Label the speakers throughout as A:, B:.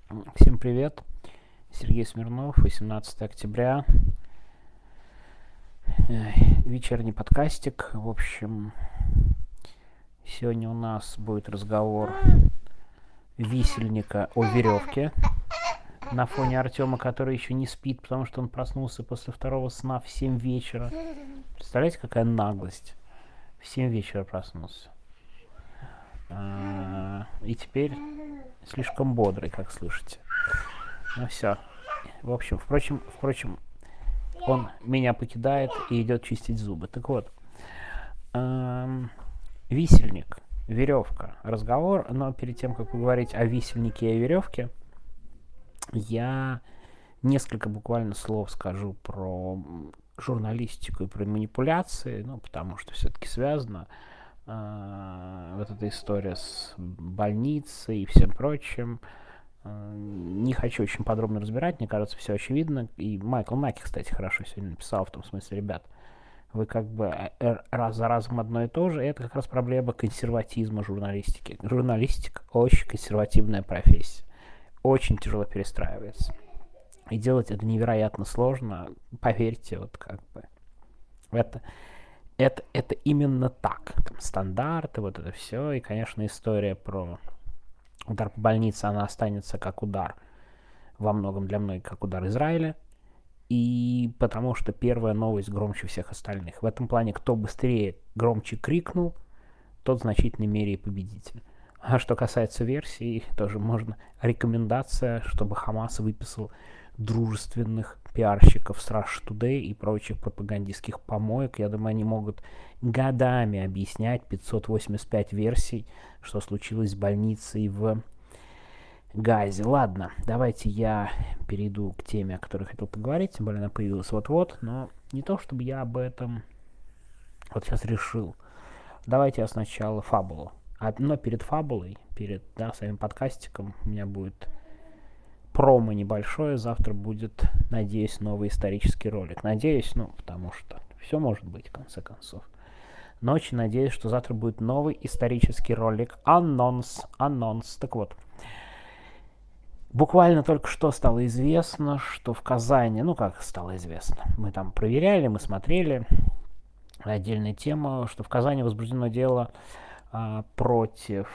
A: Всем привет, Сергей Смирнов, 18 октября, вечерний подкастик. В общем, сегодня у нас будет разговор висельника о веревке на фоне Артема, который еще не спит, потому что он проснулся после второго сна в 7 вечера. Представляете, какая наглость? В 7 вечера проснулся. И теперь слишком бодрый, как слышите. Ну все. В общем, впрочем, он меня покидает и идет чистить зубы. Так вот, висельник, веревка, разговор. Но перед тем, как поговорить о висельнике и о веревке, я несколько буквально слов скажу про журналистику и про манипуляции, ну, потому что все-таки связано вот эта история с больницей и всем прочим. Не хочу очень подробно разбирать, мне кажется, все очевидно. И Майкл Наки, кстати, хорошо сегодня написал, в том смысле, ребят, вы как бы раз за разом одно и то же, и это как раз проблема консерватизма журналистики. Журналистика очень консервативная профессия, очень тяжело перестраивается. И делать это невероятно сложно, поверьте, вот как бы. Это именно так. Там стандарты, вот это все. И, конечно, история про удар по больнице, она останется как удар во многом для многих, как удар Израиля. И потому что первая новость громче всех остальных. В этом плане, кто быстрее, громче крикнул, тот в значительной мере и победитель. А что касается версий, тоже можно рекомендация, чтобы Хамас выписал дружественных пиарщиков с Russia Today и прочих пропагандистских помоек. Я думаю, они могут годами объяснять 585 версий, что случилось с больницей в Газе. Ладно, давайте я перейду к теме, о которой хотел поговорить, тем более она появилась вот-вот, но не то, чтобы я об этом вот сейчас решил. Давайте я сначала фабулу. Но перед фабулой, перед самим подкастиком у меня будет промо небольшое. Завтра будет, надеюсь, новый исторический ролик. Надеюсь, потому что все может быть, в конце концов. Но очень надеюсь, что завтра будет новый исторический ролик. Анонс. Так вот. Буквально только что стало известно, что в Казани, как стало известно, мы там проверяли, мы смотрели, отдельная тема, что в Казани возбуждено дело против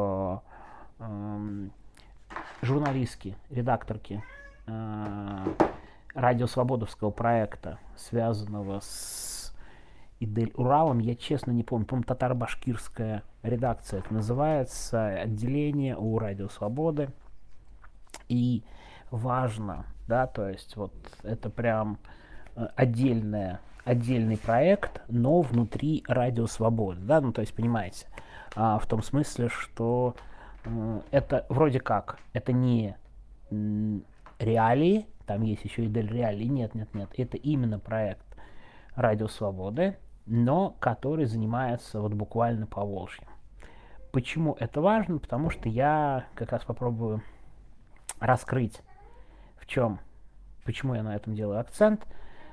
A: журналистки, редакторки радиосвободовского проекта, связанного с Идель Уралом. Я честно не помню, по-моему, татаро-башкирская редакция это называется, отделение у Радио Свободы. И важно, то есть вот это прям отдельный проект, но внутри Радио Свободы, то есть понимаете, в том смысле, что это вроде как, это не реалии, там есть еще и Дель Реалии, нет, это именно проект Радио Свободы, но который занимается вот буквально Поволжьем. Почему это важно? Потому что я как раз попробую раскрыть, почему я на этом делаю акцент.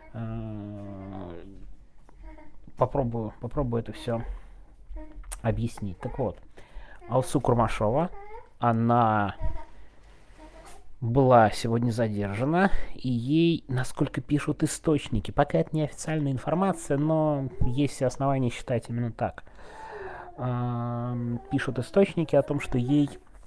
A: Попробую это все объяснить. Так вот, Алсу Курмашова, она была сегодня задержана, и ей, насколько пишут источники, пока это не официальная информация, но есть все основания считать именно так, пишут источники о том, что ей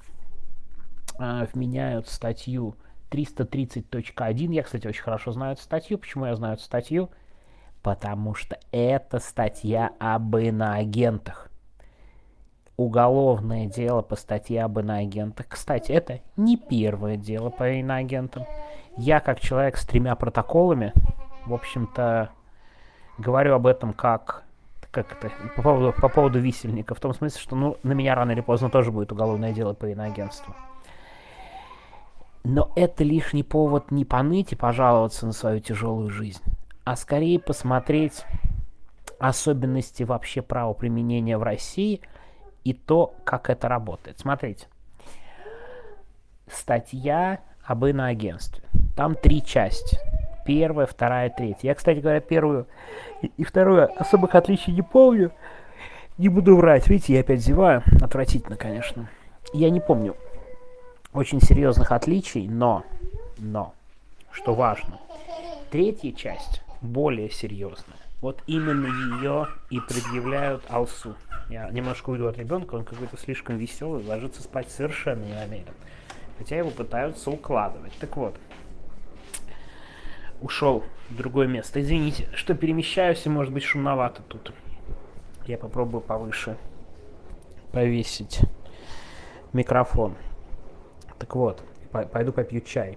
A: вменяют статью 330.1. Я, кстати, очень хорошо знаю эту статью. Почему я знаю эту статью? Потому что это статья об иноагентах. Уголовное дело по статье об иноагентах. Кстати, это не первое дело по иноагентам. Я, как человек с 3 протоколами, в общем-то, говорю об этом как это, по поводу висельника. В том смысле, что на меня рано или поздно тоже будет уголовное дело по иноагентству. Но это лишний повод не поныть и пожаловаться на свою тяжелую жизнь, а скорее посмотреть особенности вообще правоприменения в России и то, как это работает. Смотрите. Статья об иноагентстве. Там 3 части. Первая, вторая, третья. Я, кстати говоря, первую и вторую особых отличий не помню. Не буду врать. Видите, я опять зеваю. Отвратительно, конечно. Я не помню, очень серьезных отличий, но, что важно, третья часть более серьезная. Вот именно ее и предъявляют Алсу. Я немножко уйду от ребенка, он какой-то слишком веселый, ложится спать совершенно не намерен. Хотя его пытаются укладывать. Так вот, ушел в другое место. Извините, что перемещаюсь, и может быть шумновато тут. Я попробую повыше повесить микрофон. Так вот, пойду попью чай.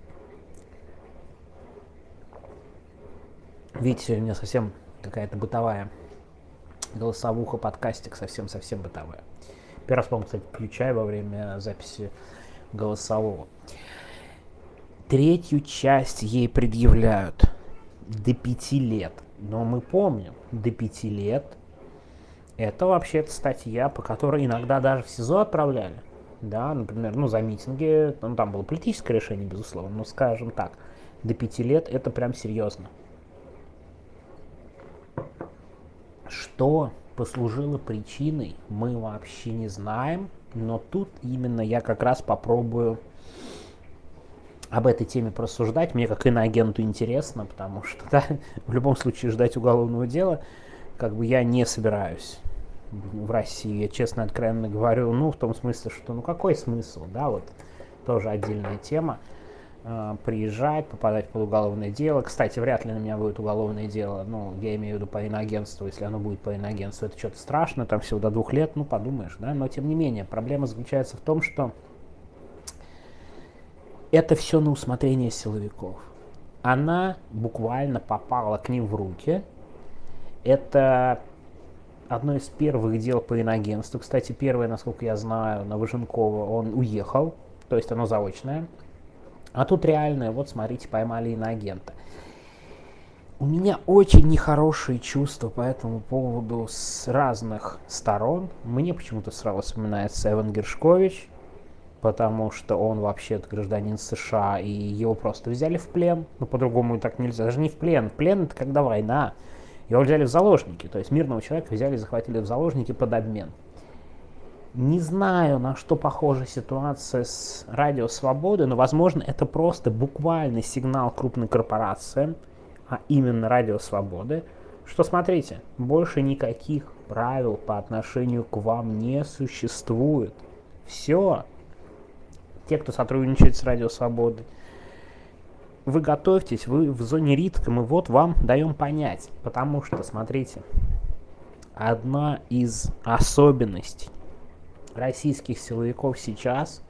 A: Видите, сегодня у меня совсем какая-то бытовая голосовуха, подкастик, совсем бытовая. Первый раз, по-моему, кстати, пью чай во время записи голосового. Третью часть ей предъявляют до 5 лет. Но мы помним, до 5 лет это вообще-то статья, по которой иногда даже в СИЗО отправляли. Да, например, за митинги, там было политическое решение, безусловно, но, скажем так, до 5 лет это прям серьезно. Что послужило причиной, мы вообще не знаем, но тут именно я как раз попробую об этой теме порассуждать. Мне как иноагенту интересно, потому что да, в любом случае ждать уголовного дела я не собираюсь в России. Я честно, откровенно говорю, в том смысле, что какой смысл, да, вот тоже отдельная тема. Приезжать, попадать под уголовное дело. Кстати, вряд ли на меня будет уголовное дело, я имею в виду по иноагентству, если оно будет по иноагентству, это что-то страшно, там всего до 2 лет, подумаешь, да, но тем не менее, проблема заключается в том, что это все на усмотрение силовиков. Она буквально попала к ним в руки. Это одно из первых дел по иноагентству. Кстати, первое, насколько я знаю, на Выженкова он уехал, то есть оно заочное. А тут реальное, вот смотрите, поймали иноагента. У меня очень нехорошие чувства по этому поводу с разных сторон. Мне почему-то сразу вспоминается Эван Гершкович, потому что он вообще-то гражданин США, и его просто взяли в плен. По-другому так нельзя. Даже не в плен. Плен — это когда война. Его взяли в заложники. То есть мирного человека взяли и захватили в заложники под обмен. Не знаю, на что похожа ситуация с Радио Свободы, но, возможно, это просто буквальный сигнал крупным корпорациям, а именно Радио Свободы, что, смотрите, больше никаких правил по отношению к вам не существует. Все. Те, кто сотрудничает с Радио Свободы, вы готовьтесь, вы в зоне риска, мы вот вам даем понять. Потому что, смотрите, одна из особенностей российских силовиков сейчас,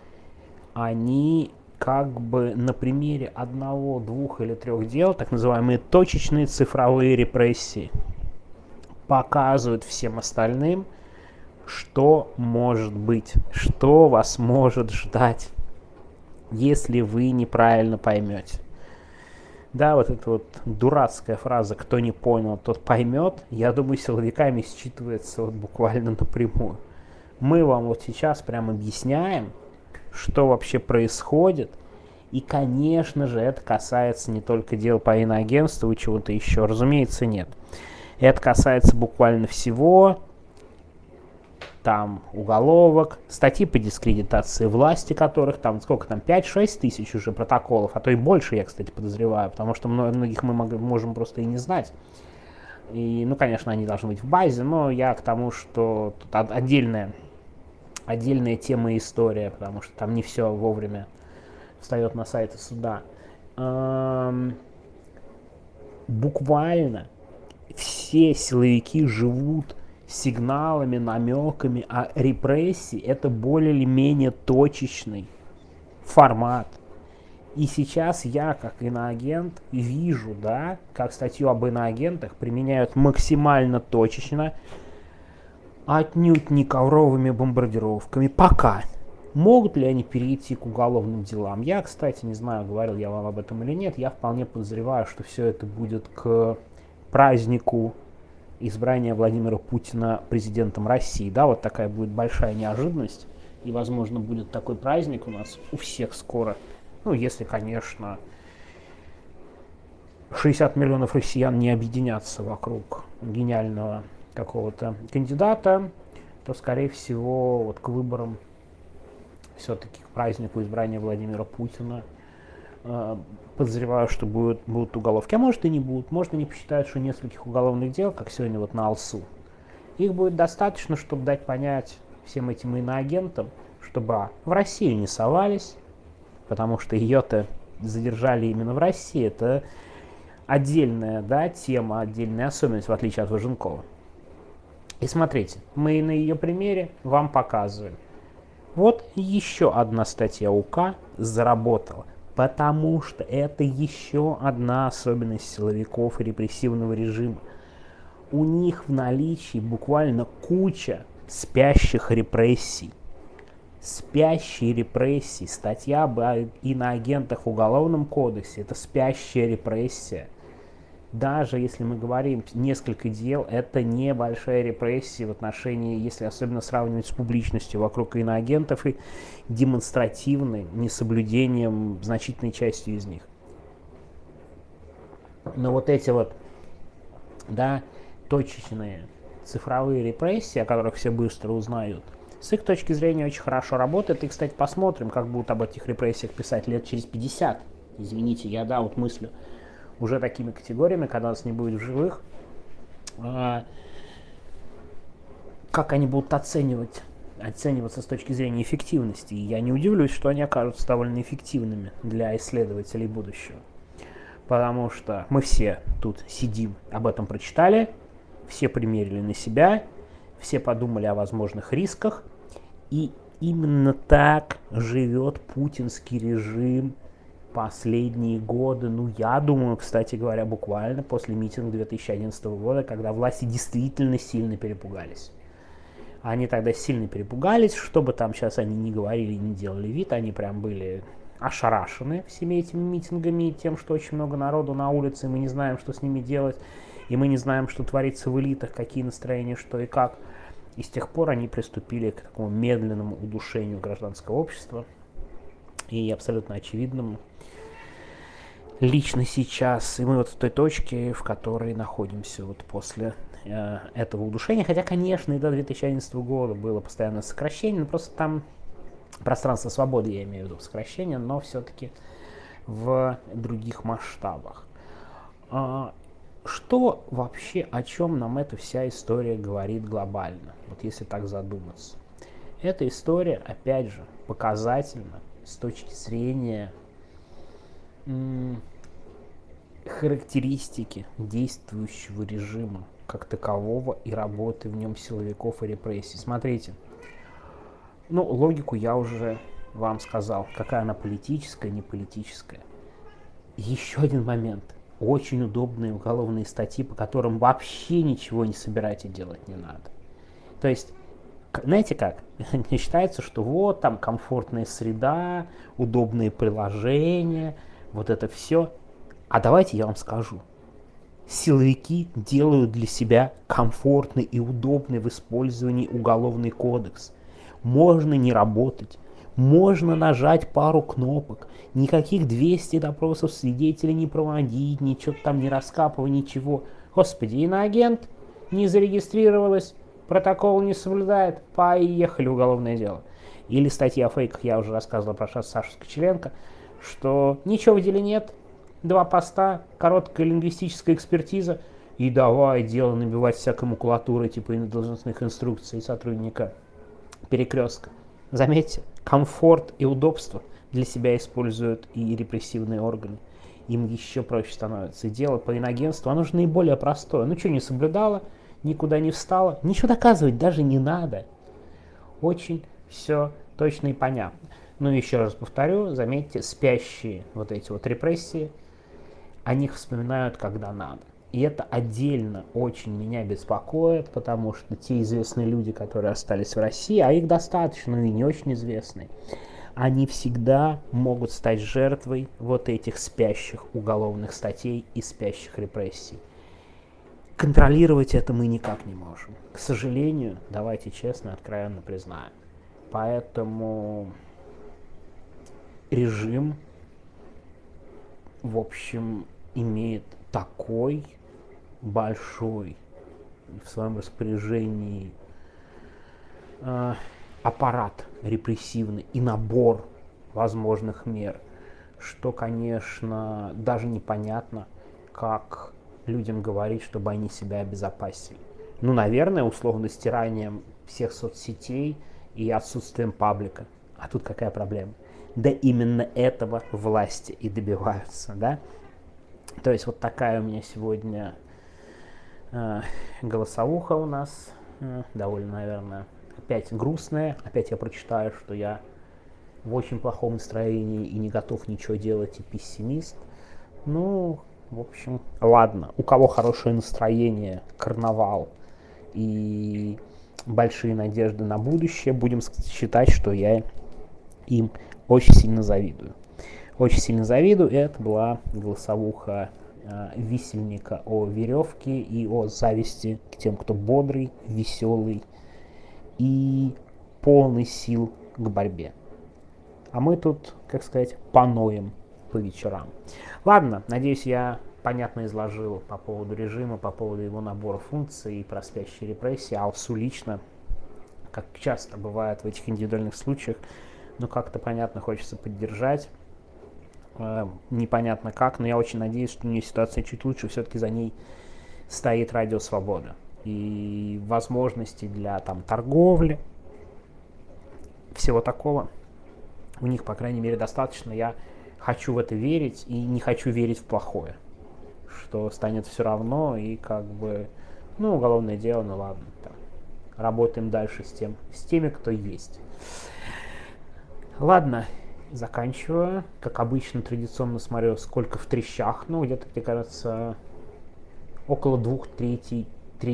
A: они на примере 1, 2 или 3 дел, так называемые точечные цифровые репрессии, показывают всем остальным, что может быть, что вас может ждать, если вы неправильно поймете. Да, вот эта вот дурацкая фраза «кто не понял, тот поймет», я думаю, силовиками считывается буквально напрямую. Мы вам вот сейчас прям объясняем, что вообще происходит. И, конечно же, это касается не только дел по иноагентству и чего-то еще. Разумеется, нет. Это касается буквально всего. Там уголовок, статьи по дискредитации власти, которых там, 5-6 тысяч уже протоколов, а то и больше, я, кстати, подозреваю, потому что многих мы можем просто и не знать. И, конечно, они должны быть в базе, но я к тому, что тут отдельная тема и история, потому что там не все вовремя встает на сайты суда. Буквально все силовики живут сигналами, намеками о репрессии. Это более или менее точечный формат. И сейчас я, как иноагент, вижу, да, как статью об иноагентах применяют максимально точечно, отнюдь не ковровыми бомбардировками. Пока. Могут ли они перейти к уголовным делам? Я, кстати, не знаю, говорил я вам об этом или нет, я вполне подозреваю, что все это будет к празднику избрания Владимира Путина президентом России. Да, вот такая будет большая неожиданность. И, возможно, будет такой праздник у нас у всех скоро. Если, конечно, 60 миллионов россиян не объединятся вокруг гениального какого-то кандидата, то, скорее всего, к выборам все-таки к празднику избрания Владимира Путина подозреваю, что будут уголовки. А может и не будут. Может они посчитают, что нескольких уголовных дел, как сегодня вот на Алсу, их будет достаточно, чтобы дать понять всем этим иноагентам, чтобы в Россию не совались, потому что ее-то задержали именно в России. Это отдельная, да, тема, отдельная особенность, в отличие от Важенкова. И смотрите, мы на ее примере вам показываем. Вот еще одна статья УК заработала, потому что это еще одна особенность силовиков и репрессивного режима. У них в наличии буквально куча спящих репрессий. Спящие репрессии. Статья об иноагентах в Уголовном кодексе – это спящая репрессия. Даже если мы говорим несколько дел, это небольшая репрессия в отношении, если особенно сравнивать с публичностью вокруг иноагентов и демонстративным несоблюдением значительной части из них. Но вот эти вот, да, точечные цифровые репрессии, о которых все быстро узнают, с их точки зрения очень хорошо работает. И, кстати, посмотрим, как будут об этих репрессиях писать лет через 50. Извините, я, да, вот мыслю уже такими категориями, когда нас не будет в живых, как они будут оцениваться с точки зрения эффективности. И я не удивлюсь, что они окажутся довольно эффективными для исследователей будущего. Потому что мы все тут сидим, об этом прочитали, все примерили на себя, все подумали о возможных рисках, и именно так живет путинский режим последние годы. Ну, я думаю, кстати говоря, буквально после митинга 2011 года, когда власти действительно сильно перепугались. Они тогда сильно перепугались, что бы там сейчас они ни говорили, ни делали вид, они прям были ошарашены всеми этими митингами и тем, что очень много народу на улице, и мы не знаем, что с ними делать, и мы не знаем, что творится в элитах, какие настроения, что и как. И с тех пор они приступили к такому медленному удушению гражданского общества и абсолютно очевидному лично сейчас. И мы вот в той точке, в которой находимся вот после этого удушения. Хотя, конечно, и до 2011 года было постоянное сокращение, но просто там пространство свободы, я имею в виду, сокращение, но все-таки в других масштабах. Что вообще, о чем нам эта вся история говорит глобально, вот если так задуматься? Эта история, опять же, показательна с точки зрения характеристики действующего режима как такового и работы в нем силовиков и репрессий. Смотрите, ну, логику я уже вам сказал, какая она политическая, не политическая. Еще один момент. Очень удобные уголовные статьи, по которым вообще ничего не собирать и делать не надо. То есть, знаете как? Считается, что вот там комфортная среда, удобные приложения, вот это все. А давайте я вам скажу. Силовики делают для себя комфортный и удобный в использовании уголовный кодекс. Можно не работать. Можно нажать пару кнопок, никаких 200 допросов свидетелей не проводить, ничего там не раскапывать, ничего. Господи, иноагент не зарегистрировалась, протокол не соблюдает, поехали, уголовное дело. Или статья о фейках, я уже рассказывал про Сашу Скочеленко, что ничего в деле нет, 2 поста, короткая лингвистическая экспертиза, и давай дело набивать всякой макулатурой, типа должностных инструкций сотрудника Перекрестка. Заметьте, комфорт и удобство для себя используют и репрессивные органы. Им еще проще становится. И дело по инагентству, оно же наиболее простое. Ну что, не соблюдала, никуда не встала, ничего доказывать даже не надо. Очень все точно и понятно. Ну еще раз повторю, заметьте, спящие вот эти вот репрессии, о них вспоминают, когда надо. И это отдельно очень меня беспокоит, потому что те известные люди, которые остались в России, а их достаточно, и не очень известные, они всегда могут стать жертвой вот этих спящих уголовных статей и спящих репрессий. Контролировать это мы никак не можем. К сожалению, давайте честно, откровенно признаем. Поэтому режим, в общем, имеет такой большой в своем распоряжении аппарат репрессивный и набор возможных мер, что, конечно, даже непонятно, как людям говорить, чтобы они себя обезопасили. Ну, наверное, условно стиранием всех соцсетей и отсутствием паблика. А тут какая проблема? Да именно этого власти и добиваются, да? То есть вот такая у меня сегодня голосовуха у нас, довольно, наверное, опять грустная. Опять я прочитаю, что я в очень плохом настроении и не готов ничего делать, и пессимист. Ну, в общем, ладно. У кого хорошее настроение, карнавал и большие надежды на будущее, будем считать, что я им очень сильно завидую. Очень сильно завидую. Это была голосовуха висельника о веревке и о зависти к тем, кто бодрый, веселый и полный сил к борьбе. А мы тут, как сказать, поноем по вечерам. Ладно, надеюсь, я понятно изложил по поводу режима, по поводу его набора функций и про спящие репрессии. Алсу лично, как часто бывает в этих индивидуальных случаях, ну как-то понятно хочется поддержать. Непонятно как, но я очень надеюсь, что у нее ситуация чуть лучше, все-таки за ней стоит Радио Свобода. И возможности для там торговли, всего такого у них, по крайней мере, достаточно. Я хочу в это верить и не хочу верить в плохое, что станет все равно и как бы, ну, уголовное дело, ну ладно, там, работаем дальше с теми, кто есть. Ладно, заканчиваю. Как обычно, традиционно смотрю, сколько в трещах. Ну, где-то, мне кажется, около 2/3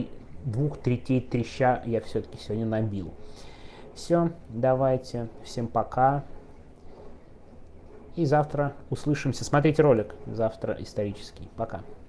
A: треща я все-таки сегодня набил. Все, давайте, всем пока. И завтра услышимся. Смотрите ролик завтра исторический. Пока.